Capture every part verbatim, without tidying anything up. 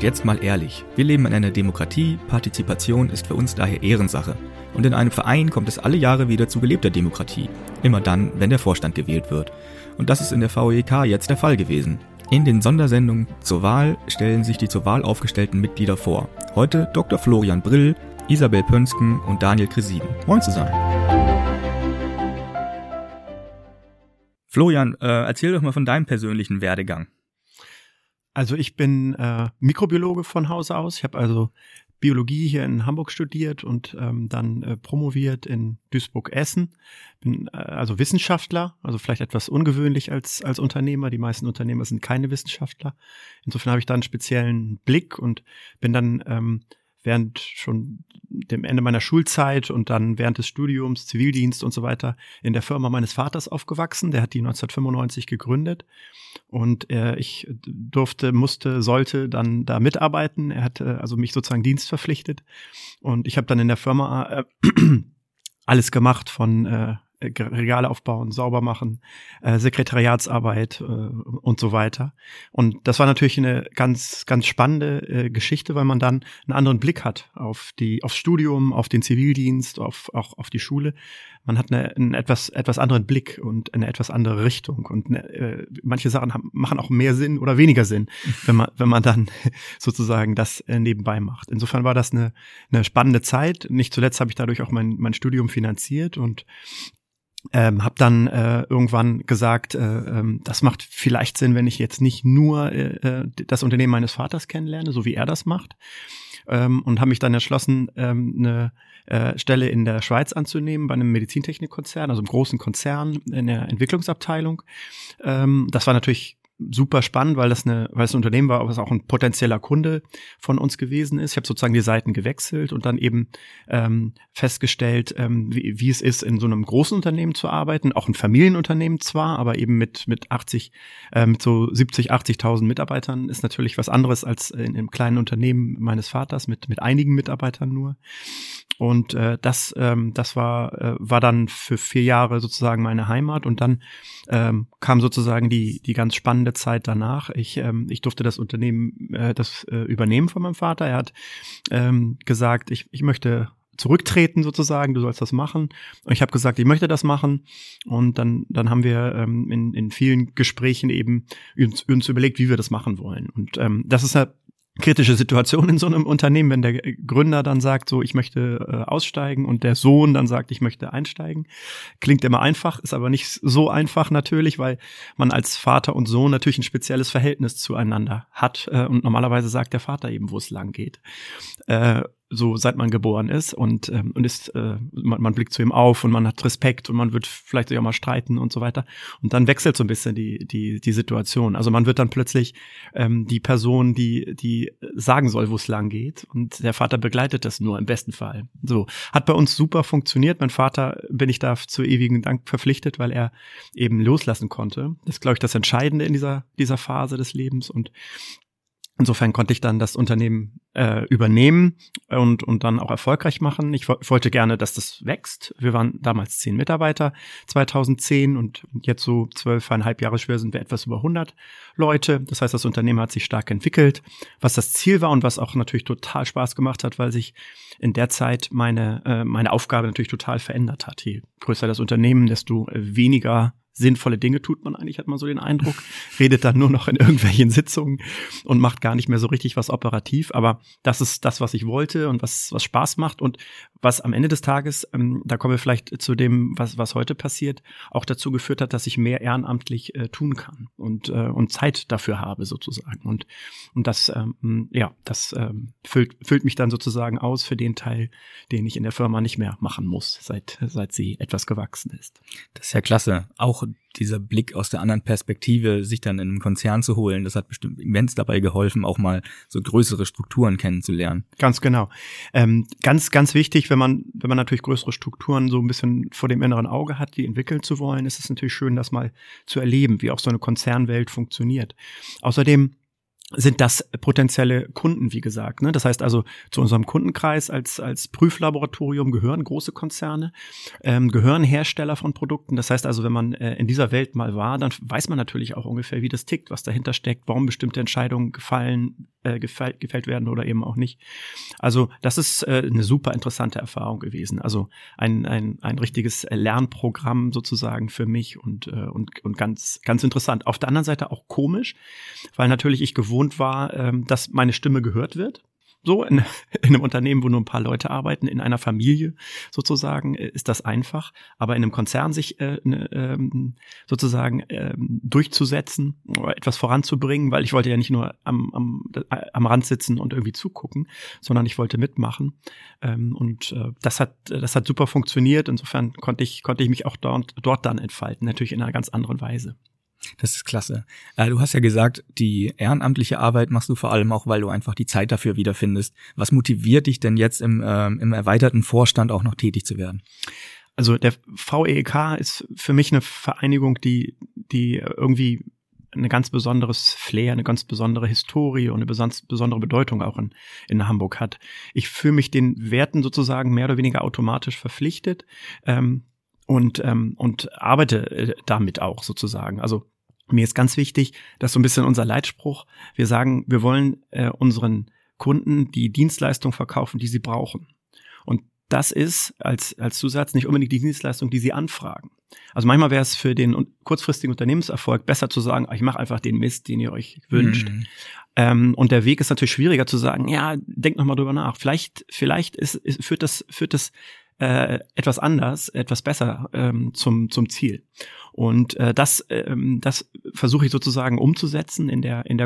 Und jetzt mal ehrlich, wir leben in einer Demokratie, Partizipation ist für uns daher Ehrensache. Und in einem Verein kommt es alle Jahre wieder zu gelebter Demokratie. Immer dann, wenn der Vorstand gewählt wird. Und das ist in der V E K jetzt der Fall gewesen. In den Sondersendungen zur Wahl stellen sich die zur Wahl aufgestellten Mitglieder vor. Heute Doktor Florian Brill, Isabel Pönsken und Daniel Kresin. Moin zusammen. Florian, äh, erzähl doch mal von deinem persönlichen Werdegang. Also ich bin äh, Mikrobiologe von Hause aus. Ich habe also Biologie hier in Hamburg studiert und ähm, dann äh, promoviert in Duisburg-Essen. Bin äh, also Wissenschaftler, also vielleicht etwas ungewöhnlich als als Unternehmer. Die meisten Unternehmer sind keine Wissenschaftler. Insofern habe ich da einen speziellen Blick und bin dann ähm, während schon dem Ende meiner Schulzeit und dann während des Studiums, Zivildienst und so weiter in der Firma meines Vaters aufgewachsen. Der hat die neunzehnhundertfünfundneunzig gegründet und äh, ich durfte, musste, sollte dann da mitarbeiten. Er hatte also mich sozusagen dienstverpflichtet und ich habe dann in der Firma äh, alles gemacht von äh, Regale aufbauen, sauber machen, äh, Sekretariatsarbeit äh, und so weiter. Und das war natürlich eine ganz, ganz spannende äh, Geschichte, weil man dann einen anderen Blick hat auf die, aufs Studium, auf den Zivildienst, auf, auch auf die Schule. Man hat eine, einen etwas, etwas anderen Blick und eine etwas andere Richtung. Und äh, manche Sachen haben, machen auch mehr Sinn oder weniger Sinn, wenn man, wenn man dann sozusagen das äh, nebenbei macht. Insofern war das eine, eine spannende Zeit. Nicht zuletzt habe ich dadurch auch mein, mein Studium finanziert und Ähm, habe dann äh, irgendwann gesagt, äh, ähm, das macht vielleicht Sinn, wenn ich jetzt nicht nur äh, das Unternehmen meines Vaters kennenlerne, so wie er das macht, ähm, und habe mich dann entschlossen, ähm, eine äh, Stelle in der Schweiz anzunehmen bei einem Medizintechnikkonzern, also einem großen Konzern in der Entwicklungsabteilung. Ähm, das war natürlich super spannend, weil das eine, weil es ein Unternehmen war, was auch ein potenzieller Kunde von uns gewesen ist. Ich habe sozusagen die Seiten gewechselt und dann eben ähm, festgestellt, ähm, wie, wie es ist, in so einem großen Unternehmen zu arbeiten, auch ein Familienunternehmen zwar, aber eben mit mit achtzig, äh, mit so siebzig, achtzigtausend Mitarbeitern ist natürlich was anderes als in einem kleinen Unternehmen meines Vaters mit mit einigen Mitarbeitern nur. Und äh, das ähm, das war äh, war dann für vier Jahre sozusagen meine Heimat und dann ähm, kam sozusagen die die ganz spannende Zeit danach. Ich ähm, ich durfte das Unternehmen äh, das äh, übernehmen von meinem Vater. Er hat ähm, gesagt, ich ich möchte zurücktreten sozusagen, du sollst das machen. Und ich habe gesagt, ich möchte das machen. Und dann dann haben wir ähm, in in vielen Gesprächen eben uns, uns überlegt, wie wir das machen wollen. Und ähm, das ist eine kritische Situation in so einem Unternehmen, wenn der Gründer dann sagt, so, ich möchte äh, aussteigen und der Sohn dann sagt, ich möchte einsteigen. Klingt immer einfach, ist aber nicht so einfach natürlich, weil man als Vater und Sohn natürlich ein spezielles Verhältnis zueinander hat äh, und normalerweise sagt der Vater eben, wo es lang geht. Äh, so seit man geboren ist und ähm, und ist äh, man, man blickt zu ihm auf und man hat Respekt und man wird vielleicht sogar mal streiten und so weiter und dann wechselt so ein bisschen die die die Situation. Also man wird dann plötzlich ähm, die Person, die die sagen soll, wo es lang geht und der Vater begleitet das nur im besten Fall. So hat bei uns super funktioniert. Mein Vater bin ich da zu ewigen Dank verpflichtet, weil er eben loslassen konnte. Das ist, glaube ich, das Entscheidende in dieser dieser Phase des Lebens und insofern konnte ich dann das Unternehmen äh, übernehmen und und dann auch erfolgreich machen. Ich, ich wollte gerne, dass das wächst. Wir waren damals zehn Mitarbeiter zweitausendzehn und jetzt so zwölfeinhalb Jahre später sind wir etwas über hundert Leute. Das heißt, das Unternehmen hat sich stark entwickelt, was das Ziel war und was auch natürlich total Spaß gemacht hat, weil sich in der Zeit meine äh, meine Aufgabe natürlich total verändert hat. Je größer das Unternehmen, desto weniger sinnvolle Dinge tut man eigentlich, hat man so den Eindruck, redet dann nur noch in irgendwelchen Sitzungen und macht gar nicht mehr so richtig was operativ. Aber das ist das, was ich wollte und was was Spaß macht und was am Ende des Tages, ähm, da kommen wir vielleicht zu dem, was was heute passiert, auch dazu geführt hat, dass ich mehr ehrenamtlich äh, tun kann und äh, und Zeit dafür habe sozusagen. Und und das ähm, ja, das ähm, füllt füllt mich dann sozusagen aus für den Teil, den ich in der Firma nicht mehr machen muss, seit seit sie etwas gewachsen ist. Das ist ja klasse. Auch dieser Blick aus der anderen Perspektive, sich dann in einen Konzern zu holen, das hat bestimmt immens dabei geholfen, auch mal so größere Strukturen kennenzulernen. Ganz genau. Ähm, ganz, ganz wichtig, wenn man, wenn man natürlich größere Strukturen so ein bisschen vor dem inneren Auge hat, die entwickeln zu wollen, ist es natürlich schön, das mal zu erleben, wie auch so eine Konzernwelt funktioniert. Außerdem sind das potenzielle Kunden, wie gesagt. Ne? Das heißt also, zu unserem Kundenkreis als als Prüflaboratorium gehören große Konzerne, ähm, gehören Hersteller von Produkten. Das heißt also, wenn man äh, in dieser Welt mal war, dann weiß man natürlich auch ungefähr, wie das tickt, was dahinter steckt, warum bestimmte Entscheidungen gefallen, äh, gefällt, gefällt werden oder eben auch nicht. Also das ist äh, eine super interessante Erfahrung gewesen. Also ein ein ein richtiges Lernprogramm sozusagen für mich und äh, und und ganz ganz interessant. Auf der anderen Seite auch komisch, weil natürlich ich gewohnt war, ähm, dass meine Stimme gehört wird. So in, in einem Unternehmen, wo nur ein paar Leute arbeiten, in einer Familie sozusagen, äh, ist das einfach. Aber in einem Konzern sich äh, ne, ähm, sozusagen ähm, durchzusetzen oder etwas voranzubringen, weil ich wollte ja nicht nur am, am, am Rand sitzen und irgendwie zugucken, sondern ich wollte mitmachen. Ähm, und äh, das hat das hat super funktioniert. Insofern konnte ich konnte ich mich auch dort, dort dann entfalten, natürlich in einer ganz anderen Weise. Das ist klasse. Äh, du hast ja gesagt, die ehrenamtliche Arbeit machst du vor allem auch, weil du einfach die Zeit dafür wiederfindest. Was motiviert dich denn jetzt im, äh, im erweiterten Vorstand auch noch tätig zu werden? Also der V E E K ist für mich eine Vereinigung, die die irgendwie eine ganz besonderes Flair, eine ganz besondere Historie und eine besondere Bedeutung auch in, in Hamburg hat. Ich fühle mich den Werten sozusagen mehr oder weniger automatisch verpflichtet ähm, und ähm, und arbeite äh, damit auch sozusagen. Also mir ist ganz wichtig, das ist so ein bisschen unser Leitspruch. Wir sagen, wir wollen äh, unseren Kunden die Dienstleistung verkaufen, die sie brauchen. Und das ist als als Zusatz nicht unbedingt die Dienstleistung, die sie anfragen. Also manchmal wäre es für den un- kurzfristigen Unternehmenserfolg besser zu sagen, ich mache einfach den Mist, den ihr euch wünscht. Mhm. Ähm, und der Weg ist natürlich schwieriger zu sagen, ja, denkt noch mal drüber nach. Vielleicht vielleicht ist, ist führt das führt das äh, etwas anders, etwas besser ähm, zum zum Ziel. Und äh, das ähm, das versuche ich sozusagen umzusetzen in der in der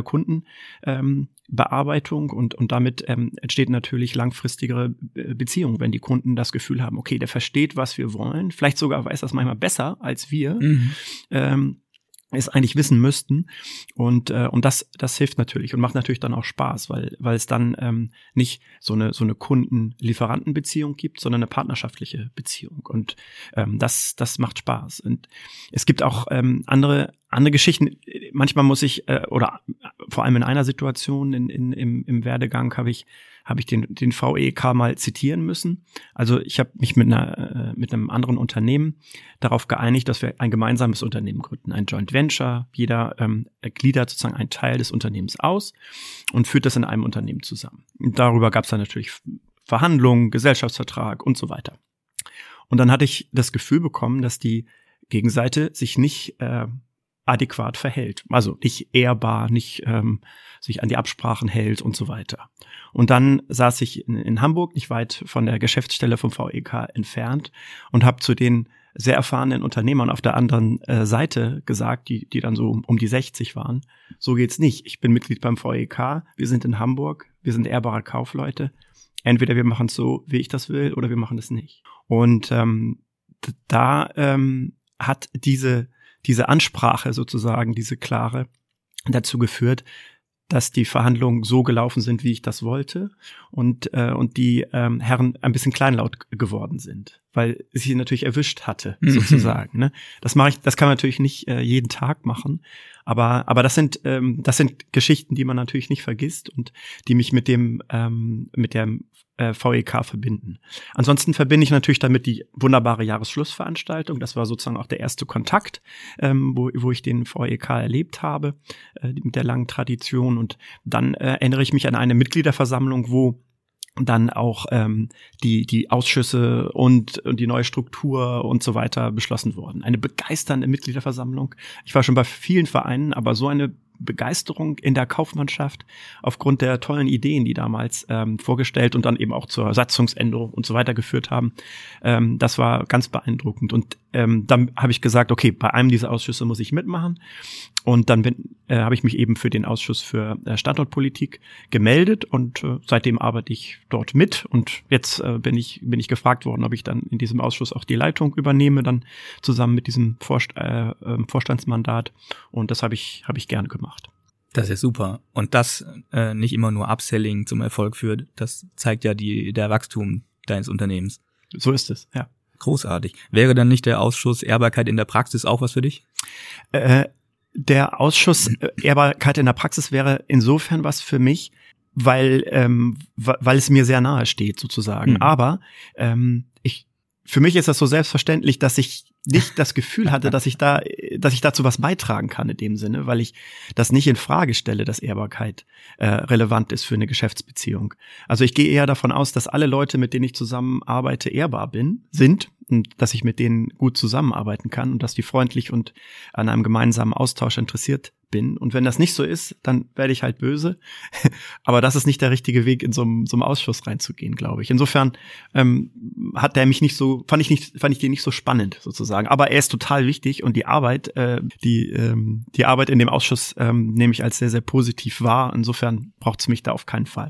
Kundenbearbeitung ähm, und und damit ähm, entsteht natürlich langfristigere Beziehung, wenn die Kunden das Gefühl haben, okay, der versteht, was wir wollen, vielleicht sogar weiß das manchmal besser als wir. Mhm. Ähm, es eigentlich wissen müssten und äh, und das das hilft natürlich und macht natürlich dann auch Spaß, weil weil es dann ähm, nicht so eine so eine Kunden-Lieferanten-Beziehung gibt, sondern eine partnerschaftliche Beziehung und ähm, das das macht Spaß und es gibt auch ähm, andere andere Geschichten. Manchmal muss ich äh, oder vor allem in einer Situation in, in im im Werdegang habe ich habe ich den den V E E K mal zitieren müssen. Also ich habe mich mit einer äh, mit einem anderen Unternehmen darauf geeinigt, dass wir ein gemeinsames Unternehmen gründen, ein Joint Venture. Jeder ähm, gliedert sozusagen einen Teil des Unternehmens aus und führt das in einem Unternehmen zusammen. Und darüber gab es dann natürlich Verhandlungen, Gesellschaftsvertrag und so weiter. Und dann hatte ich das Gefühl bekommen, dass die Gegenseite sich nicht äh, adäquat verhält. Also nicht ehrbar, nicht ähm, sich an die Absprachen hält und so weiter. Und dann saß ich in, in Hamburg, nicht weit von der Geschäftsstelle vom V E E K entfernt und habe zu den sehr erfahrenen Unternehmern auf der anderen äh, Seite gesagt, die die dann so um, um die sechzig waren, so geht's nicht. Ich bin Mitglied beim V E E K, wir sind in Hamburg, wir sind ehrbare Kaufleute. Entweder wir machen es so, wie ich das will, oder wir machen es nicht. Und ähm, da ähm, hat diese diese Ansprache sozusagen, diese klare, dazu geführt, dass die Verhandlungen so gelaufen sind, wie ich das wollte und äh, und die ähm, Herren ein bisschen kleinlaut geworden sind, weil es sie natürlich erwischt hatte, sozusagen. Ne? Das mache ich, das kann man natürlich nicht äh, jeden Tag machen, aber aber das sind ähm, das sind Geschichten, die man natürlich nicht vergisst und die mich mit dem ähm, mit dem äh, V E E K verbinden. Ansonsten verbinde ich natürlich damit die wunderbare Jahresschlussveranstaltung. Das war sozusagen auch der erste Kontakt, ähm, wo, wo ich den V E E K erlebt habe, äh, mit der langen Tradition. Und dann äh, erinnere ich mich an eine Mitgliederversammlung, wo dann auch ähm, die die Ausschüsse und, und die neue Struktur und so weiter beschlossen wurden. Eine begeisternde Mitgliederversammlung. Ich war schon bei vielen Vereinen, aber so eine Begeisterung in der Kaufmannschaft aufgrund der tollen Ideen, die damals ähm, vorgestellt und dann eben auch zur Satzungsänderung und so weiter geführt haben. Ähm, das war ganz beeindruckend. Und ähm, dann habe ich gesagt, okay, bei einem dieser Ausschüsse muss ich mitmachen. Und dann bin, äh, habe ich mich eben für den Ausschuss für äh, Standortpolitik gemeldet und äh, seitdem arbeite ich dort mit. Und jetzt äh, bin ich bin ich gefragt worden, ob ich dann in diesem Ausschuss auch die Leitung übernehme, dann zusammen mit diesem Vorst- äh, äh, Vorstandsmandat. Und das habe ich habe ich gerne gemacht. Das ist super. Und das äh, nicht immer nur Upselling zum Erfolg führt, das zeigt ja die der Wachstum deines Unternehmens. So ist es, ja. Großartig. Wäre dann nicht der Ausschuss Ehrbarkeit in der Praxis auch was für dich? Äh, der Ausschuss äh, Ehrbarkeit in der Praxis wäre insofern was für mich, weil ähm, weil es mir sehr nahe steht sozusagen. Mhm. Aber ähm, ich für mich ist das so selbstverständlich, dass ich nicht das Gefühl hatte, dass ich da, dass ich dazu was beitragen kann in dem Sinne, weil ich das nicht in Frage stelle, dass Ehrbarkeit äh, relevant ist für eine Geschäftsbeziehung. Also ich gehe eher davon aus, dass alle Leute, mit denen ich zusammenarbeite, ehrbar bin, sind und dass ich mit denen gut zusammenarbeiten kann und dass die freundlich und an einem gemeinsamen Austausch interessiert bin. Und wenn das nicht so ist, dann werde ich halt böse. Aber das ist nicht der richtige Weg, in so einem, so einem Ausschuss reinzugehen, glaube ich. Insofern ähm, hat der mich nicht so, fand ich nicht, fand ich den nicht so spannend sozusagen. Aber er ist total wichtig und die Arbeit, äh, die ähm, die Arbeit in dem Ausschuss ähm, nehme ich als sehr, sehr positiv wahr. Insofern braucht es mich da auf keinen Fall.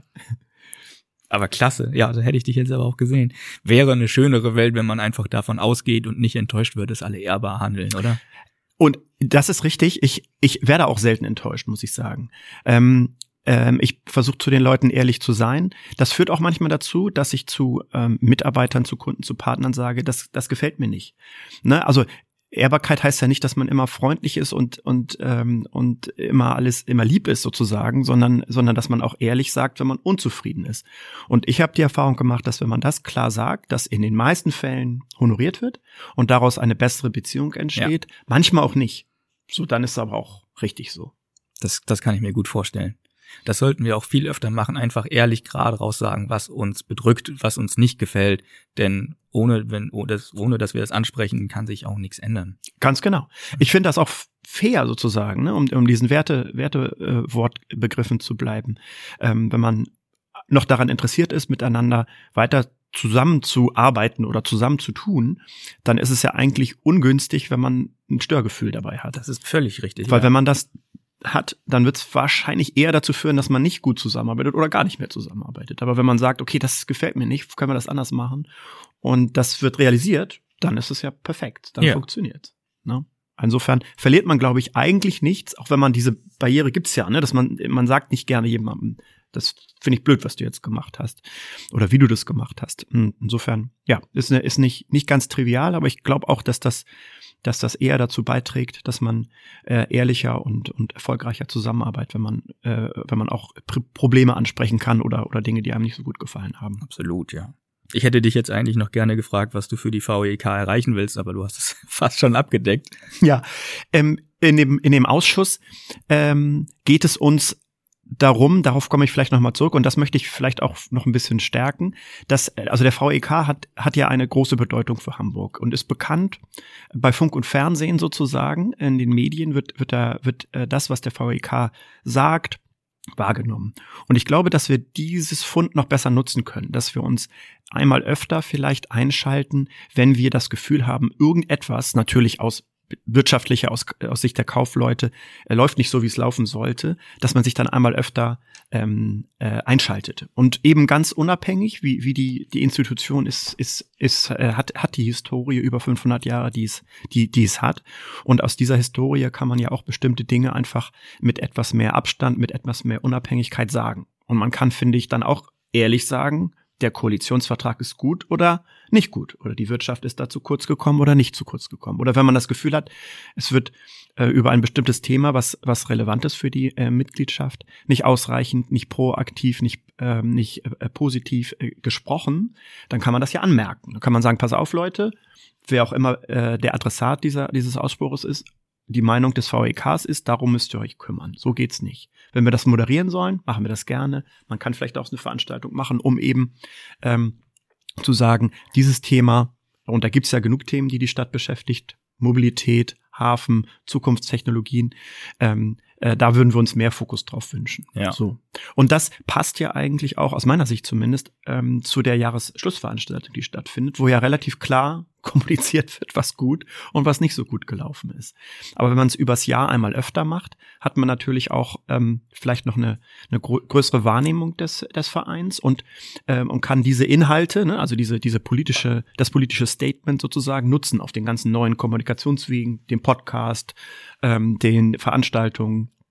Aber klasse, ja, so hätte ich dich jetzt aber auch gesehen. Wäre eine schönere Welt, wenn man einfach davon ausgeht und nicht enttäuscht wird, dass alle ehrbar handeln, oder? Und das ist richtig. Ich ich werde auch selten enttäuscht, muss ich sagen. Ähm, ähm, ich versuche zu den Leuten ehrlich zu sein. Das führt auch manchmal dazu, dass ich zu ähm, Mitarbeitern, zu Kunden, zu Partnern sage, das das gefällt mir nicht. Ne? Also Ehrbarkeit heißt ja nicht, dass man immer freundlich ist und und ähm, und immer alles immer lieb ist sozusagen, sondern sondern dass man auch ehrlich sagt, wenn man unzufrieden ist. Und ich habe die Erfahrung gemacht, dass wenn man das klar sagt, dass in den meisten Fällen honoriert wird und daraus eine bessere Beziehung entsteht. Ja. Manchmal auch nicht. So, dann ist es aber auch richtig so. Das das kann ich mir gut vorstellen. Das sollten wir auch viel öfter machen, einfach ehrlich gerade raus sagen, was uns bedrückt, was uns nicht gefällt, denn ohne wenn ohne dass wir das ansprechen, kann sich auch nichts ändern. Ganz genau. Ich finde das auch fair sozusagen, ne, um um diesen Werte Werte äh, Wortbegriffen zu bleiben. Ähm, wenn man noch daran interessiert ist, miteinander weiter zusammenzuarbeiten oder zusammen zu tun, dann ist es ja eigentlich ungünstig, wenn man ein Störgefühl dabei hat. Das ist völlig richtig. Weil ja. wenn man das hat, dann wird es wahrscheinlich eher dazu führen, dass man nicht gut zusammenarbeitet oder gar nicht mehr zusammenarbeitet. Aber wenn man sagt, okay, das gefällt mir nicht, können wir das anders machen und das wird realisiert, dann ist es ja perfekt, dann ja. funktioniert. Ne? Insofern verliert man, glaube ich, eigentlich nichts, auch wenn man diese Barriere gibt's ja, ne, dass man man sagt nicht gerne jemandem, das finde ich blöd, was du jetzt gemacht hast oder wie du das gemacht hast. Insofern, ja, ist ne, ist nicht nicht ganz trivial, aber ich glaube auch, dass das dass das eher dazu beiträgt, dass man äh, ehrlicher und und erfolgreicher zusammenarbeitet, wenn man äh, wenn man auch Pr- Probleme ansprechen kann oder oder Dinge, die einem nicht so gut gefallen haben. Absolut, ja. Ich hätte dich jetzt eigentlich noch gerne gefragt, was du für die V E K erreichen willst, aber du hast es fast schon abgedeckt. Ja, ähm, in dem in dem Ausschuss ähm, geht es uns darum, darauf komme ich vielleicht nochmal zurück und das möchte ich vielleicht auch noch ein bisschen stärken, dass, also der V E K hat, hat ja eine große Bedeutung für Hamburg und ist bekannt bei Funk und Fernsehen sozusagen, in den Medien wird, wird da, wird äh, das, was der V E K sagt, wahrgenommen. Und ich glaube, dass wir dieses Fund noch besser nutzen können, dass wir uns einmal öfter vielleicht einschalten, wenn wir das Gefühl haben, irgendetwas, natürlich aus wirtschaftliche aus, aus Sicht der Kaufleute äh, läuft nicht so, wie es laufen sollte, dass man sich dann einmal öfter ähm, äh, einschaltet und eben ganz unabhängig, wie wie die die Institution ist ist ist äh, hat hat die Historie über fünfhundert Jahre, die es die die es hat und aus dieser Historie kann man ja auch bestimmte Dinge einfach mit etwas mehr Abstand, mit etwas mehr Unabhängigkeit sagen und man kann, finde ich, dann auch ehrlich sagen, der Koalitionsvertrag ist gut oder nicht gut oder die Wirtschaft ist da zu kurz gekommen oder nicht zu kurz gekommen oder wenn man das Gefühl hat, es wird äh, über ein bestimmtes Thema, was was relevant ist für die äh, Mitgliedschaft, nicht ausreichend, nicht proaktiv, nicht äh, nicht äh, positiv äh, gesprochen, dann kann man das ja anmerken. Dann kann man sagen, pass auf Leute, wer auch immer äh, der Adressat dieser dieses Ausspruchs ist, die Meinung des V E Ks ist, darum müsst ihr euch kümmern. So geht's nicht. Wenn wir das moderieren sollen, machen wir das gerne. Man kann vielleicht auch eine Veranstaltung machen, um eben ähm, zu sagen, dieses Thema, und da gibt's ja genug Themen, die die Stadt beschäftigt, Mobilität, Hafen, Zukunftstechnologien, ähm, äh, da würden wir uns mehr Fokus drauf wünschen. Ja. So. Und das passt ja eigentlich auch, aus meiner Sicht zumindest, ähm, zu der Jahresschlussveranstaltung, die stattfindet, wo ja relativ klar kommuniziert wird, was gut und was nicht so gut gelaufen ist. Aber wenn man es übers Jahr einmal öfter macht, hat man natürlich auch ähm, vielleicht noch eine, eine größere Wahrnehmung des, des Vereins und, ähm, und kann diese Inhalte, ne, also diese, diese politische, das politische Statement sozusagen nutzen auf den ganzen neuen Kommunikationswegen, dem Podcast, ähm, den Veranstaltungen,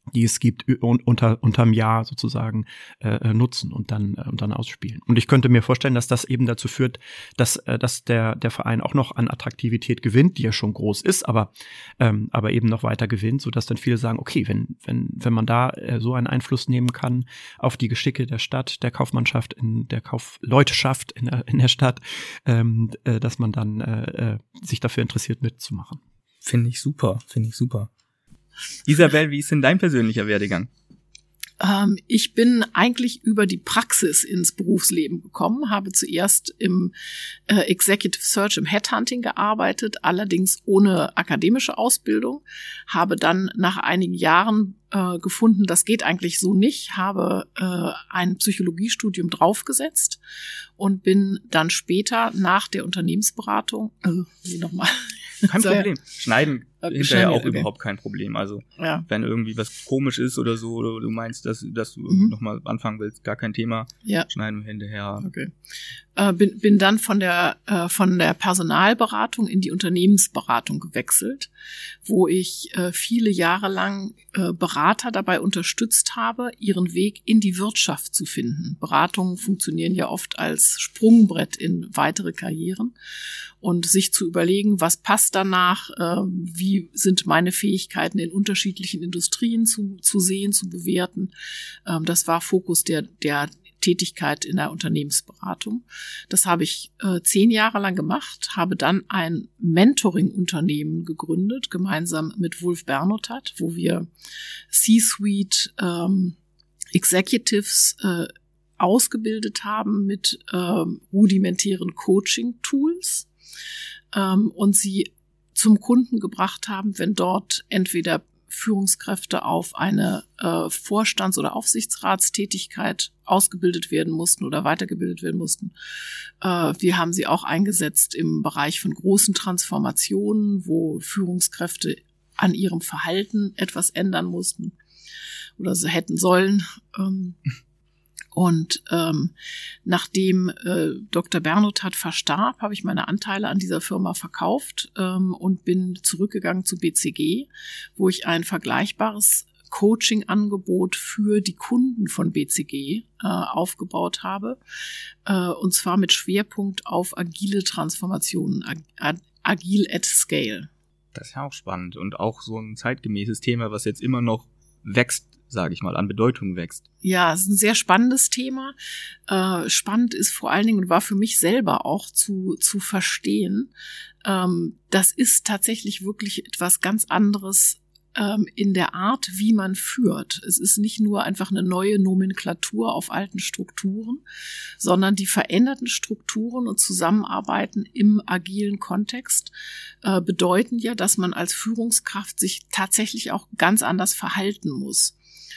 die es gibt, unter unterm Jahr sozusagen äh, nutzen und dann äh, und dann ausspielen. Und ich könnte mir vorstellen, dass das eben dazu führt, dass äh, dass der der Verein auch noch an Attraktivität gewinnt, die ja schon groß ist, aber ähm, aber eben noch weiter gewinnt, sodass dann viele sagen, okay, wenn wenn wenn man da äh, so einen Einfluss nehmen kann auf die Geschicke der Stadt, der Kaufmannschaft, in der Kaufleuteschaft in der in der Stadt, ähm, äh, dass man dann äh, äh, sich dafür interessiert mitzumachen. Finde ich super, finde ich super. Isabel, wie ist denn dein persönlicher Werdegang? Ähm, ich bin eigentlich über die Praxis ins Berufsleben gekommen, habe zuerst im äh, Executive Search, im Headhunting gearbeitet, allerdings ohne akademische Ausbildung, habe dann nach einigen Jahren äh, gefunden, das geht eigentlich so nicht, habe äh, ein Psychologiestudium draufgesetzt und bin dann später nach der Unternehmensberatung, äh, wie nochmal, kein Problem. Schneiden okay, hinterher auch okay. überhaupt kein Problem. Also ja. wenn irgendwie was komisch ist oder so, oder du meinst, dass, dass du Mhm. nochmal anfangen willst, gar kein Thema. Ja. Schneiden wir hinterher. Okay. Äh, bin, bin dann von der äh, von der Personalberatung in die Unternehmensberatung gewechselt, wo ich äh, viele Jahre lang äh, Berater dabei unterstützt habe, ihren Weg in die Wirtschaft zu finden. Beratungen funktionieren ja oft als Sprungbrett in weitere Karrieren. Und sich zu überlegen, was passt danach, äh, wie sind meine Fähigkeiten in unterschiedlichen Industrien zu, zu sehen, zu bewerten. Ähm, das war Fokus der, der Tätigkeit in der Unternehmensberatung. Das habe ich äh, zehn Jahre lang gemacht, habe dann ein Mentoring-Unternehmen gegründet, gemeinsam mit Wulf Bernotat, wo wir C-Suite ähm, Executives äh, ausgebildet haben mit äh, rudimentären Coaching-Tools. Und sie zum Kunden gebracht haben, wenn dort entweder Führungskräfte auf eine äh, Vorstands- oder Aufsichtsratstätigkeit ausgebildet werden mussten oder weitergebildet werden mussten. Äh, wir haben sie auch eingesetzt im Bereich von großen Transformationen, wo Führungskräfte an ihrem Verhalten etwas ändern mussten oder sie hätten sollen. Ähm, Und ähm, nachdem äh, Doktor Bernotat verstarb, habe ich meine Anteile an dieser Firma verkauft ähm, und bin zurückgegangen zu B C G, wo ich ein vergleichbares Coaching-Angebot für die Kunden von B C G äh, aufgebaut habe, äh, und zwar mit Schwerpunkt auf agile Transformationen, ag- agil at scale. Das ist ja auch spannend und auch so ein zeitgemäßes Thema, was jetzt immer noch wächst, sage ich mal, an Bedeutung wächst. Ja, es ist ein sehr spannendes Thema. Äh, spannend ist vor allen Dingen und war für mich selber auch zu zu verstehen, ähm, das ist tatsächlich wirklich etwas ganz anderes ähm, in der Art, wie man führt. Es ist nicht nur einfach eine neue Nomenklatur auf alten Strukturen, sondern die veränderten Strukturen und Zusammenarbeiten im agilen Kontext äh, bedeuten ja, dass man als Führungskraft sich tatsächlich auch ganz anders verhalten muss.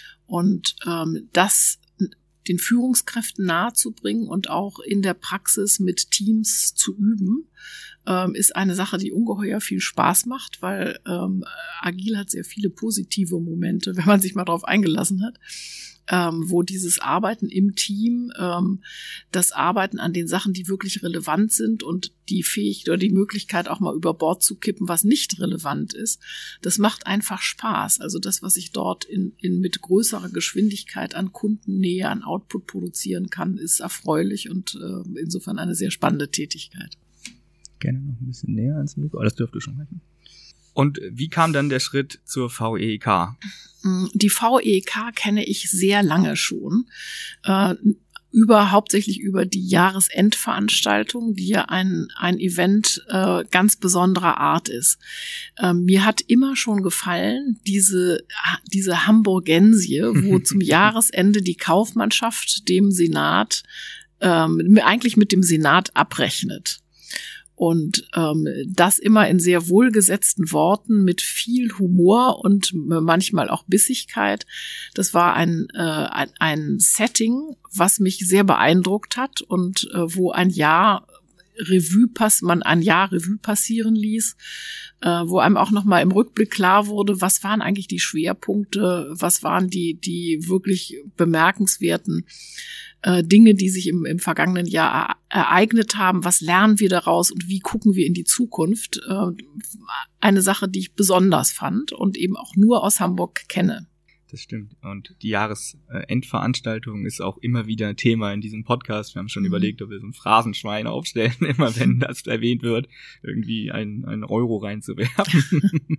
Und ähm, das den Führungskräften nahezubringen und auch in der Praxis mit Teams zu üben, ähm, ist eine Sache, die ungeheuer viel Spaß macht, weil ähm, agil hat sehr viele positive Momente, wenn man sich mal darauf eingelassen hat, ähm, wo dieses Arbeiten im Team, ähm, das Arbeiten an den Sachen, die wirklich relevant sind und die Fähigkeit oder die Möglichkeit auch mal über Bord zu kippen, was nicht relevant ist, das macht einfach Spaß. Also das, was ich dort in, in mit größerer Geschwindigkeit an Kundennähe, an Output produzieren kann, ist erfreulich und äh, insofern eine sehr spannende Tätigkeit. Gerne noch ein bisschen näher ans Mikro, aber das dürfte schon reichen. Und wie kam dann der Schritt zur V E E K? Die V E E K kenne ich sehr lange schon, äh, über hauptsächlich über die Jahresendveranstaltung, die ja ein ein Event äh, ganz besonderer Art ist. Äh, mir hat immer schon gefallen diese diese Hamburgensie, wo zum Jahresende die Kaufmannschaft dem Senat ähm, eigentlich mit dem Senat abrechnet. Und ähm, das immer in sehr wohlgesetzten Worten mit viel Humor und manchmal auch Bissigkeit. Das war ein, äh, ein, ein Setting, was mich sehr beeindruckt hat und äh, wo ein Jahr Revue pass, man ein Jahr Revue passieren ließ, äh, wo einem auch nochmal im Rückblick klar wurde, was waren eigentlich die Schwerpunkte, was waren die, die wirklich bemerkenswerten Dinge, die sich im, im vergangenen Jahr ereignet haben, was lernen wir daraus und wie gucken wir in die Zukunft? Eine Sache, die ich besonders fand und eben auch nur aus Hamburg kenne. Das stimmt. Und die Jahresendveranstaltung ist auch immer wieder ein Thema in diesem Podcast. Wir haben schon mhm. überlegt, ob wir so ein Phrasenschwein aufstellen, immer wenn das erwähnt wird, irgendwie einen, einen Euro reinzuwerfen.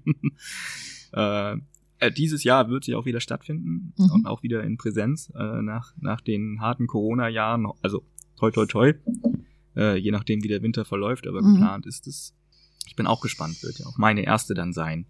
äh, dieses Jahr wird sie auch wieder stattfinden mhm. und auch wieder in Präsenz äh, nach, nach den harten Corona-Jahren. Also toi toi toi, äh, je nachdem wie der Winter verläuft, aber mhm. geplant ist es. Ich bin auch gespannt, wird ja auch meine erste dann sein.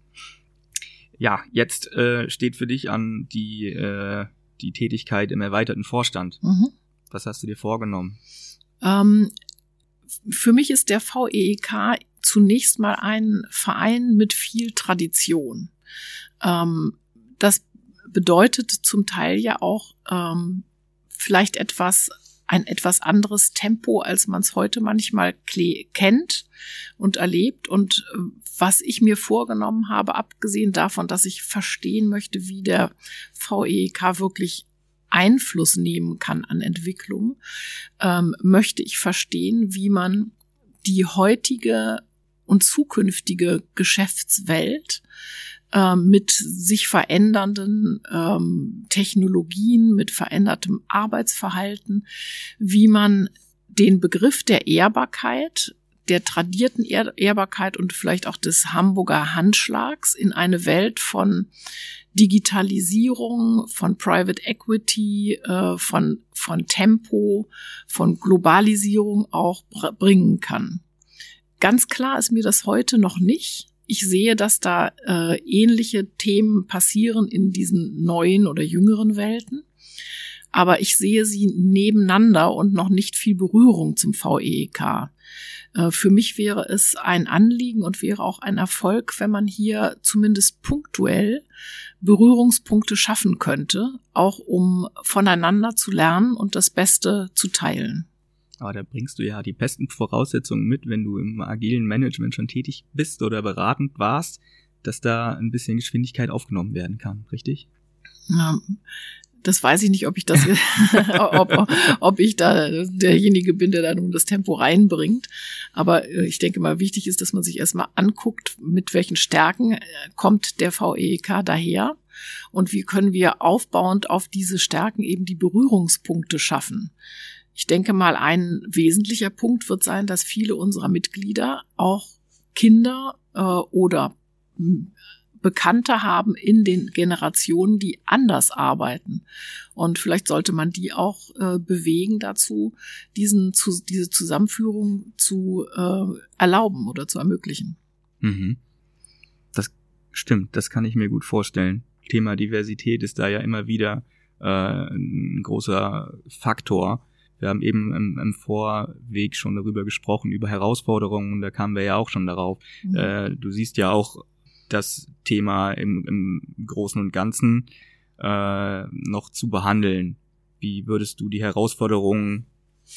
Ja, jetzt äh, steht für dich an die äh, die Tätigkeit im erweiterten Vorstand. Mhm. Was hast du dir vorgenommen? Ähm, für mich ist der V E E K zunächst mal ein Verein mit viel Tradition. Ähm, das bedeutet zum Teil ja auch ähm, vielleicht etwas ein etwas anderes Tempo, als man es heute manchmal kle- kennt und erlebt. Und äh, was ich mir vorgenommen habe, abgesehen davon, dass ich verstehen möchte, wie der V E E K wirklich Einfluss nehmen kann an Entwicklung, ähm, möchte ich verstehen, wie man die heutige und zukünftige Geschäftswelt mit sich verändernden ähm, Technologien, mit verändertem Arbeitsverhalten, wie man den Begriff der Ehrbarkeit, der tradierten Ehr- Ehrbarkeit und vielleicht auch des Hamburger Handschlags in eine Welt von Digitalisierung, von Private Equity, äh, von, von Tempo, von Globalisierung auch br- bringen kann. Ganz klar ist mir das heute noch nicht. Ich sehe, dass da äh, ähnliche Themen passieren in diesen neuen oder jüngeren Welten. Aber ich sehe sie nebeneinander und noch nicht viel Berührung zum V E E K. Äh, für mich wäre es ein Anliegen und wäre auch ein Erfolg, wenn man hier zumindest punktuell Berührungspunkte schaffen könnte, auch um voneinander zu lernen und das Beste zu teilen. Aber da bringst du ja die besten Voraussetzungen mit, wenn du im agilen Management schon tätig bist oder beratend warst, dass da ein bisschen Geschwindigkeit aufgenommen werden kann, richtig? Ja, das weiß ich nicht, ob ich das, ob, ob ich da derjenige bin, der da nun das Tempo reinbringt. Aber ich denke mal, wichtig ist, dass man sich erstmal anguckt, mit welchen Stärken kommt der V E E K daher und wie können wir aufbauend auf diese Stärken eben die Berührungspunkte schaffen. Ich denke mal, ein wesentlicher Punkt wird sein, dass viele unserer Mitglieder auch Kinder äh, oder m, Bekannte haben in den Generationen, die anders arbeiten. Und vielleicht sollte man die auch äh, bewegen dazu, diesen, zu, diese Zusammenführung zu äh, erlauben oder zu ermöglichen. Mhm. Das stimmt, das kann ich mir gut vorstellen. Thema Diversität ist da ja immer wieder äh, ein großer Faktor. Wir haben eben im, im Vorweg schon darüber gesprochen, über Herausforderungen, da kamen wir ja auch schon darauf. Mhm. Äh, du siehst ja auch das Thema im, im Großen und Ganzen äh, noch zu behandeln. Wie würdest du die Herausforderungen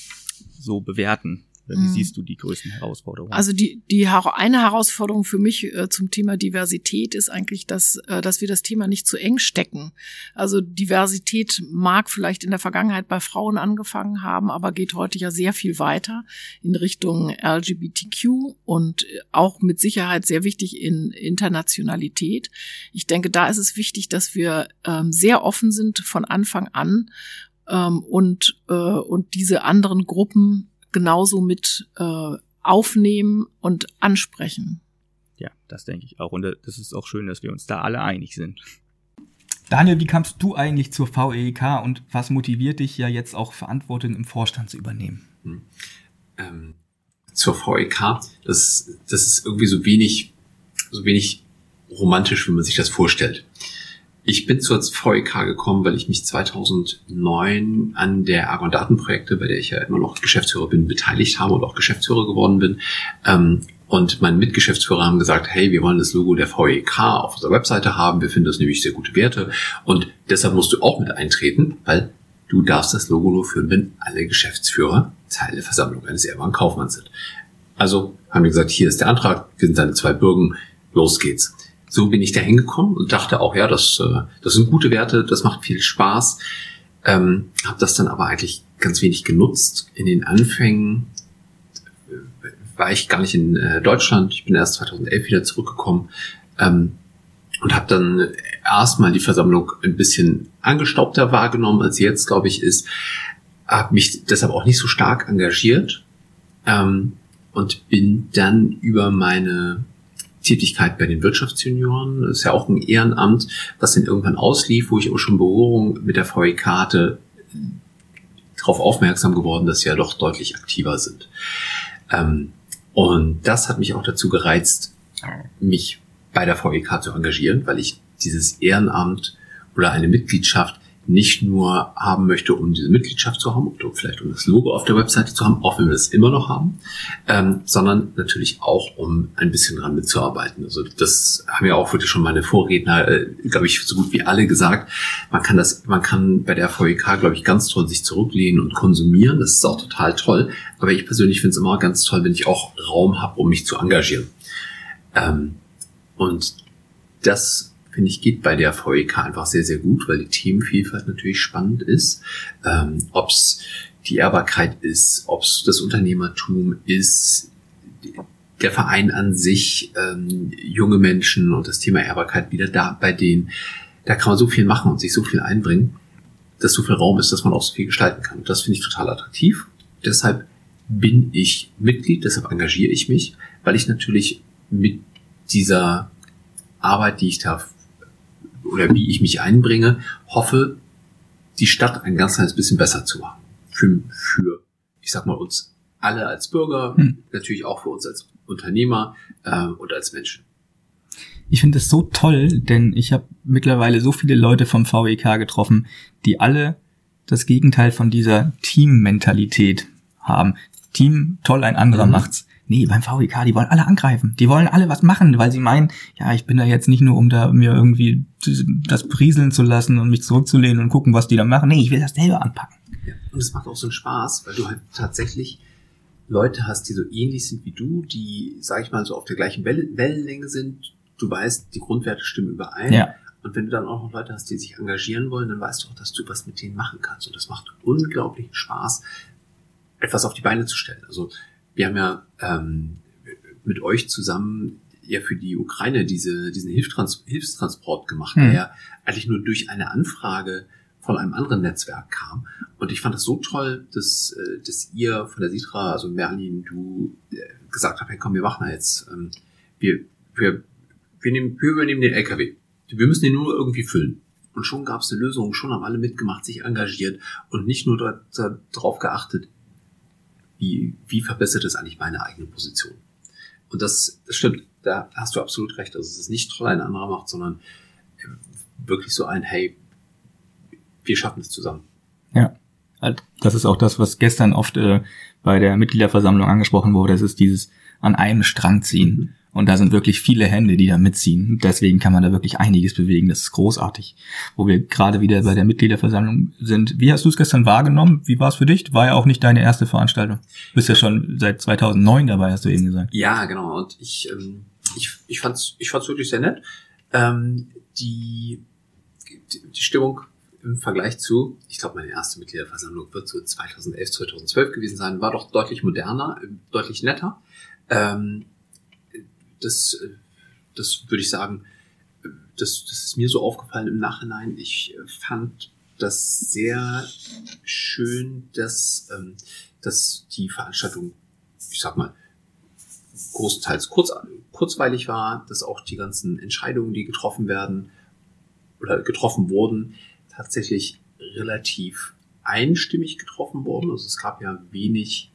so bewerten? Oder wie mhm. siehst du die größten Herausforderungen? Also die die eine Herausforderung für mich äh, zum Thema Diversität ist eigentlich, dass äh, dass wir das Thema nicht zu eng stecken. Also Diversität mag vielleicht in der Vergangenheit bei Frauen angefangen haben, aber geht heute ja sehr viel weiter in Richtung L G B T Q und auch mit Sicherheit sehr wichtig in Internationalität. Ich denke, da ist es wichtig, dass wir ähm, sehr offen sind von Anfang an ähm, und äh, und diese anderen Gruppen genauso mit äh, aufnehmen und ansprechen. Ja, das denke ich auch. Und das ist auch schön, dass wir uns da alle einig sind. Daniel, wie kamst du eigentlich zur V E E K und was motiviert dich ja jetzt auch Verantwortung im Vorstand zu übernehmen? Hm. Ähm, zur V E E K, das, das ist irgendwie so wenig, so wenig romantisch, wie man sich das vorstellt. Ich bin zur V E E K gekommen, weil ich mich zweitausendneun an der Argon Datenprojekte, bei der ich ja immer noch Geschäftsführer bin, beteiligt habe und auch Geschäftsführer geworden bin. Ähm, und meine Mitgeschäftsführer haben gesagt, hey, wir wollen das Logo der V E E K auf unserer Webseite haben. Wir finden das nämlich sehr gute Werte. Und deshalb musst du auch mit eintreten, weil du darfst das Logo nur führen, wenn alle Geschäftsführer Teil der Versammlung eines ehrbaren Kaufmanns sind. Also haben wir gesagt, hier ist der Antrag, wir sind deine zwei Bürgen, los geht's. So bin ich da hingekommen und dachte auch, ja, das, das sind gute Werte, das macht viel Spaß. Ähm, habe das dann aber eigentlich ganz wenig genutzt. In den Anfängen war ich gar nicht in äh, Deutschland. Ich bin erst zweitausendelf wieder zurückgekommen. Ähm, und habe dann erstmal die Versammlung ein bisschen angestaubter wahrgenommen, als sie jetzt, glaube ich, ist. Habe mich deshalb auch nicht so stark engagiert ähm, und bin dann über meine Tätigkeit bei den Wirtschaftsjunioren, das ist ja auch ein Ehrenamt, was dann irgendwann auslief, wo ich auch schon Berührung mit der V E K hatte, darauf aufmerksam geworden, dass sie ja doch deutlich aktiver sind. Ähm, und das hat mich auch dazu gereizt, mich bei der V E K zu engagieren, weil ich dieses Ehrenamt oder eine Mitgliedschaft nicht nur haben möchte, um diese Mitgliedschaft zu haben, oder vielleicht um das Logo auf der Webseite zu haben, auch wenn wir das immer noch haben, ähm, sondern natürlich auch, um ein bisschen dran mitzuarbeiten. Also das haben ja auch wirklich schon meine Vorredner, äh, glaube ich, so gut wie alle gesagt. Man kann das, man kann bei der V E K, glaube ich, ganz toll sich zurücklehnen und konsumieren. Das ist auch total toll. Aber ich persönlich finde es immer ganz toll, wenn ich auch Raum habe, um mich zu engagieren. Ähm, und das finde ich, geht bei der V E K einfach sehr, sehr gut, weil die Themenvielfalt natürlich spannend ist. Ähm, ob es die Ehrbarkeit ist, ob es das Unternehmertum ist, der Verein an sich, ähm, junge Menschen und das Thema Ehrbarkeit wieder da bei denen. Da kann man so viel machen und sich so viel einbringen, dass so viel Raum ist, dass man auch so viel gestalten kann. Und das finde ich total attraktiv. Deshalb bin ich Mitglied, deshalb engagiere ich mich, weil ich natürlich mit dieser Arbeit, die ich da oder wie ich mich einbringe, hoffe, die Stadt ein ganz kleines bisschen besser zu machen. Für, für ich sag mal, uns alle als Bürger, hm. natürlich auch für uns als Unternehmer äh, und als Menschen. Ich finde es so toll, denn ich habe mittlerweile so viele Leute vom V E K getroffen, die alle das Gegenteil von dieser Team-Mentalität haben. Team, toll, ein anderer mhm. macht's. Nee, beim V E K, die wollen alle angreifen. Die wollen alle was machen, weil sie meinen, ja, ich bin da jetzt nicht nur, um da mir irgendwie das prieseln zu lassen und mich zurückzulehnen und gucken, was die da machen. Nee, ich will das selber anpacken. Ja, und es macht auch so einen Spaß, weil du halt tatsächlich Leute hast, die so ähnlich sind wie du, die, sag ich mal, so auf der gleichen Wellen- Wellenlänge sind. Du weißt, die Grundwerte stimmen überein. Ja. Und wenn du dann auch noch Leute hast, die sich engagieren wollen, dann weißt du auch, dass du was mit denen machen kannst. Und das macht unglaublichen Spaß, etwas auf die Beine zu stellen. Also wir haben ja ähm, mit euch zusammen ja für die Ukraine diese, diesen Hilfstrans- Hilfstransport gemacht, mhm. der ja eigentlich nur durch eine Anfrage von einem anderen Netzwerk kam. Und ich fand das so toll, dass, äh, dass ihr von der Sitra, also Merlin, du äh, gesagt habt, hey komm, wir machen da jetzt, ähm, wir, wir, wir, nehmen, wir übernehmen den L K W. Wir müssen den nur irgendwie füllen. Und schon gab es eine Lösung, schon haben alle mitgemacht, sich engagiert und nicht nur dort, darauf geachtet, Wie, wie verbessert es eigentlich meine eigene Position? Und das, das stimmt, da hast du absolut recht. Also es ist nicht toll, ein anderer macht, sondern wirklich so ein, hey, wir schaffen es zusammen. Ja, das ist auch das, was gestern oft äh, bei der Mitgliederversammlung angesprochen wurde. Das ist dieses an einem Strang ziehen. Mhm. Und da sind wirklich viele Hände, die da mitziehen. Deswegen kann man da wirklich einiges bewegen. Das ist großartig. Wo wir gerade wieder bei der Mitgliederversammlung sind. Wie hast du es gestern wahrgenommen? Wie war es für dich? War ja auch nicht deine erste Veranstaltung. Du bist ja schon seit zweitausendneun dabei, hast du eben gesagt. Ja, genau. Und ich, ähm, ich, ich fand's, ich fand's wirklich sehr nett. Ähm, die, die, die Stimmung im Vergleich zu, ich glaube, meine erste Mitgliederversammlung wird so zweitausendelf, zweitausendzwölf gewesen sein, war doch deutlich moderner, deutlich netter. Ähm, Das, das würde ich sagen, das, das ist mir so aufgefallen im Nachhinein. Ich fand das sehr schön, dass, ähm, dass die Veranstaltung, ich sag mal, großteils kurz, kurzweilig war, dass auch die ganzen Entscheidungen, die getroffen werden oder getroffen wurden, tatsächlich relativ einstimmig getroffen wurden. Also es gab ja wenig,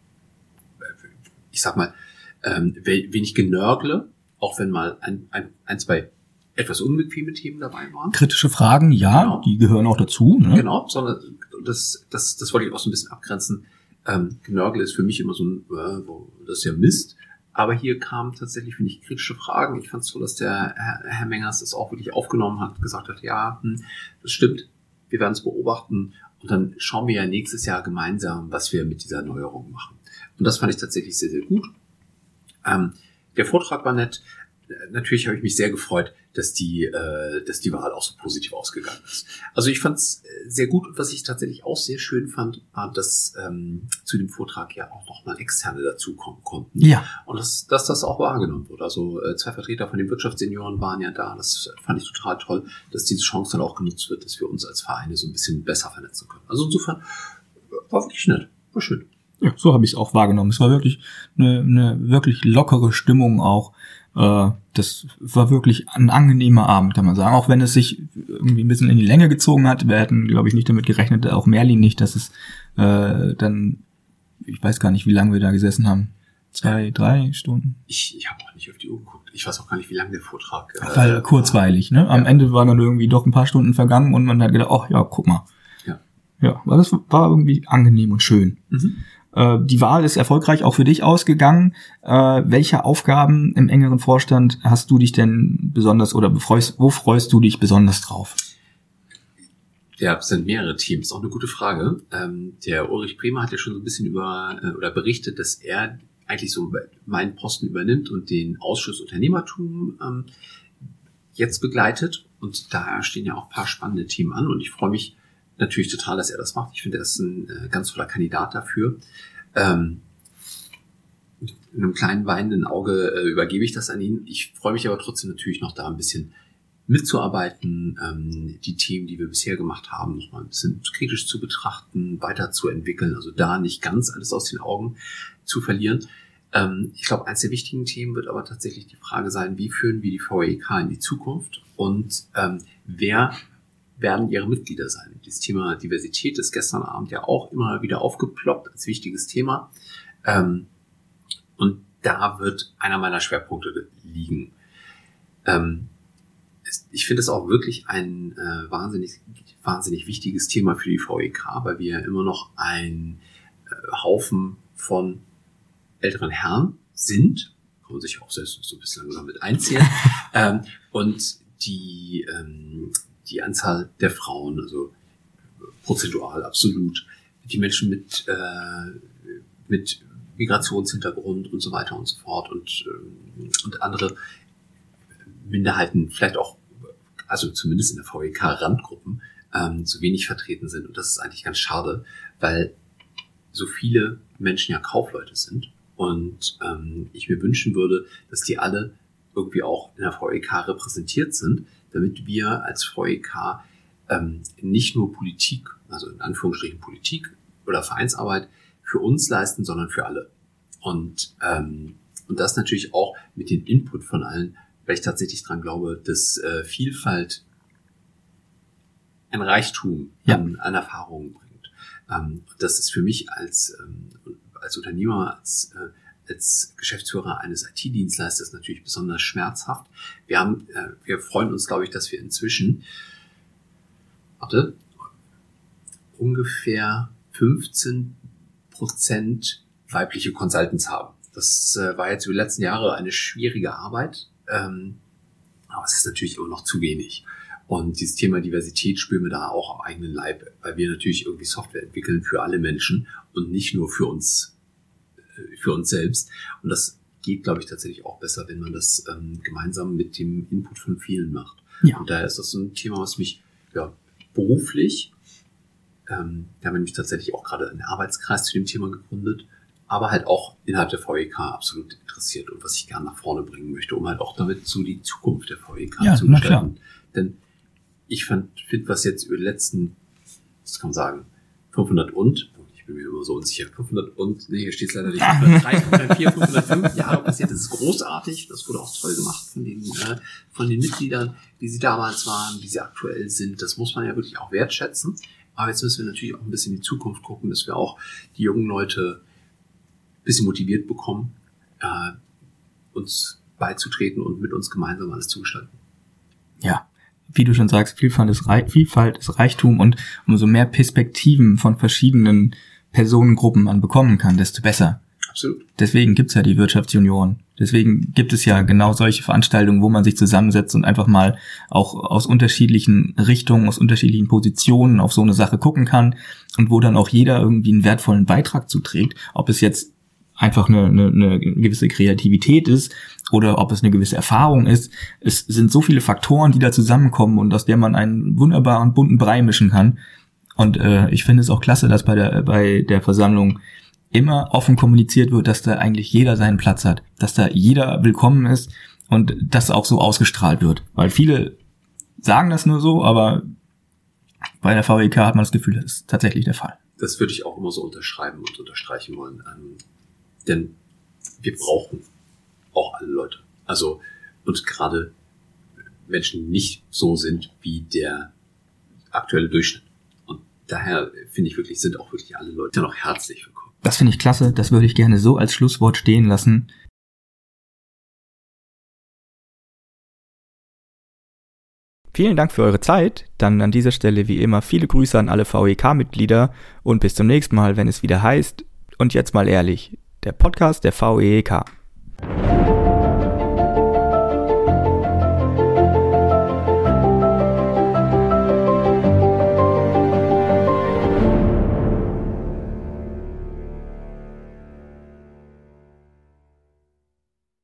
ich sag mal, ähm, wenig Genörgle, auch wenn mal ein, ein, ein, zwei etwas unbequeme Themen dabei waren. Kritische Fragen, ja, genau. Die gehören auch dazu. Ne? Genau, sondern das, das, das wollte ich auch so ein bisschen abgrenzen. Ähm, Genörgle ist für mich immer so ein, äh, das ist ja Mist. Aber hier kamen tatsächlich, finde ich, kritische Fragen. Ich fand es so, dass der Herr, Herr Mengers das auch wirklich aufgenommen hat, gesagt hat, ja, hm, das stimmt, wir werden es beobachten und dann schauen wir ja nächstes Jahr gemeinsam, was wir mit dieser Neuerung machen. Und das fand ich tatsächlich sehr, sehr gut. Ähm, der Vortrag war nett. natürlich habe ich mich sehr gefreut, dass die, äh, dass die Wahl auch so positiv ausgegangen ist. Also ich fand es sehr gut und was ich tatsächlich auch sehr schön fand, war, dass ähm, zu dem Vortrag ja auch nochmal Externe dazukommen konnten. Ja. Und dass, dass das auch wahrgenommen wurde. Also äh, zwei Vertreter von den Wirtschaftssenioren waren ja da. Das fand ich total toll, dass diese Chance dann auch genutzt wird, dass wir uns als Vereine so ein bisschen besser vernetzen können. Also insofern war wirklich nett, war schön. Ja, so habe ich es auch wahrgenommen. Es war wirklich eine, eine wirklich lockere Stimmung auch. Äh, das war wirklich ein angenehmer Abend, kann man sagen. Auch wenn es sich irgendwie ein bisschen in die Länge gezogen hat. Wir hätten, glaube ich, nicht damit gerechnet, auch Merlin nicht, dass es äh, dann, ich weiß gar nicht, wie lange wir da gesessen haben. Zwei, drei Stunden? Ich, ich habe auch nicht auf die Uhr geguckt. Ich weiß auch gar nicht, wie lange der Vortrag äh, Weil kurzweilig, ne? Am ja. Ende waren dann irgendwie doch ein paar Stunden vergangen und man hat gedacht, ach ja, guck mal. Ja. Ja, aber das war irgendwie angenehm und schön. Mhm. Die Wahl ist erfolgreich auch für dich ausgegangen. Äh, welche Aufgaben im engeren Vorstand hast du dich denn besonders oder befreust, wo freust du dich besonders drauf? Ja, es sind mehrere Teams. Auch eine gute Frage. Ähm, der Ulrich Bremer hat ja schon so ein bisschen über äh, oder berichtet, dass er eigentlich so meinen Posten übernimmt und den Ausschuss Unternehmertum ähm, jetzt begleitet. Und da stehen ja auch ein paar spannende Themen an. Und ich freue mich natürlich total, dass er das macht. Ich finde, er ist ein äh, ganz toller Kandidat dafür. Ähm, mit einem kleinen weinenden Auge äh, übergebe ich das an ihn. Ich freue mich aber trotzdem natürlich noch da ein bisschen mitzuarbeiten, ähm, die Themen, die wir bisher gemacht haben, noch mal ein bisschen kritisch zu betrachten, weiterzuentwickeln, also da nicht ganz alles aus den Augen zu verlieren. Ähm, ich glaube, eines der wichtigen Themen wird aber tatsächlich die Frage sein, wie führen wir die V E K in die Zukunft und ähm, wer werden ihre Mitglieder sein. Das Thema Diversität ist gestern Abend ja auch immer wieder aufgeploppt als wichtiges Thema. Ähm, und da wird einer meiner Schwerpunkte liegen. Ähm, ich finde es auch wirklich ein äh, wahnsinnig, wahnsinnig wichtiges Thema für die V E K, weil wir immer noch ein äh, Haufen von älteren Herren sind. Kann man sich auch selbst so ein bisschen langsam mit einzählen. ähm, und die, ähm, die Anzahl der Frauen, also prozentual absolut, die Menschen mit, äh, mit Migrationshintergrund und so weiter und so fort und, ähm, und andere Minderheiten, vielleicht auch, also zumindest in der V E K-Randgruppen, ähm, so wenig vertreten sind. Und das ist eigentlich ganz schade, weil so viele Menschen ja Kaufleute sind und ähm, ich mir wünschen würde, dass die alle irgendwie auch in der V E K repräsentiert sind, damit wir als V E K ähm, nicht nur Politik, also in Anführungsstrichen Politik oder Vereinsarbeit für uns leisten, sondern für alle. Und, ähm, und das natürlich auch mit dem Input von allen, weil ich tatsächlich dran glaube, dass äh, Vielfalt ein Reichtum ja. an, an Erfahrungen bringt. Ähm, das ist für mich als, ähm, als Unternehmer, als äh, als Geschäftsführer eines I T-Dienstleisters natürlich besonders schmerzhaft. Wir haben, äh, wir freuen uns, glaube ich, dass wir inzwischen, warte, ungefähr fünfzehn Prozent weibliche Consultants haben. Das äh, war jetzt über die letzten Jahre eine schwierige Arbeit, ähm, aber es ist natürlich immer noch zu wenig. Und dieses Thema Diversität spüren wir da auch am eigenen Leib, weil wir natürlich irgendwie Software entwickeln für alle Menschen und nicht nur für uns für uns selbst. Und das geht, glaube ich, tatsächlich auch besser, wenn man das ähm, gemeinsam mit dem Input von vielen macht. Ja. Und daher ist das so ein Thema, was mich ja, beruflich, ähm, da haben wir nämlich tatsächlich auch gerade einen Arbeitskreis zu dem Thema gegründet, aber halt auch innerhalb der V E K absolut interessiert und was ich gerne nach vorne bringen möchte, um halt auch damit so die Zukunft der V E K ja, zu gestalten. Denn ich fand, finde, was jetzt über die letzten, was kann man sagen, fünfhundert und ich bin mir immer so unsicher. fünfhundert und, nee, hier steht es leider nicht. fünfhundertdrei, fünfhundertvier, fünfhundertfünf Jahre passiert. Das ist großartig. Das wurde auch toll gemacht von den, äh, von den Mitgliedern, wie sie damals waren, wie sie aktuell sind. Das muss man ja wirklich auch wertschätzen. Aber jetzt müssen wir natürlich auch ein bisschen in die Zukunft gucken, dass wir auch die jungen Leute ein bisschen motiviert bekommen, äh, uns beizutreten und mit uns gemeinsam alles zu gestalten. Ja. Wie du schon sagst, Vielfalt ist, Reich, Vielfalt ist Reichtum und umso mehr Perspektiven von verschiedenen Personengruppen man bekommen kann, desto besser. Absolut. Deswegen gibt's ja die Wirtschaftsjunioren. Deswegen gibt es ja genau solche Veranstaltungen, wo man sich zusammensetzt und einfach mal auch aus unterschiedlichen Richtungen, aus unterschiedlichen Positionen auf so eine Sache gucken kann und wo dann auch jeder irgendwie einen wertvollen Beitrag zuträgt. Ob es jetzt einfach eine, eine, eine gewisse Kreativität ist oder ob es eine gewisse Erfahrung ist. Es sind so viele Faktoren, die da zusammenkommen und aus der man einen wunderbaren bunten Brei mischen kann. Und äh, ich finde es auch klasse, dass bei der bei der Versammlung immer offen kommuniziert wird, dass da eigentlich jeder seinen Platz hat, dass da jeder willkommen ist und das auch so ausgestrahlt wird. Weil viele sagen das nur so, aber bei der V E K hat man das Gefühl, das ist tatsächlich der Fall. Das würde ich auch immer so unterschreiben und unterstreichen wollen. Ähm, denn wir brauchen auch alle Leute. Also, und gerade Menschen, die nicht so sind wie der aktuelle Durchschnitt. Und daher finde ich wirklich, sind auch wirklich alle Leute noch herzlich willkommen. Das finde ich klasse. Das würde ich gerne so als Schlusswort stehen lassen. Vielen Dank für eure Zeit. Dann an dieser Stelle wie immer viele Grüße an alle V E K-Mitglieder und bis zum nächsten Mal, wenn es wieder heißt, und jetzt mal ehrlich, der Podcast der V E K.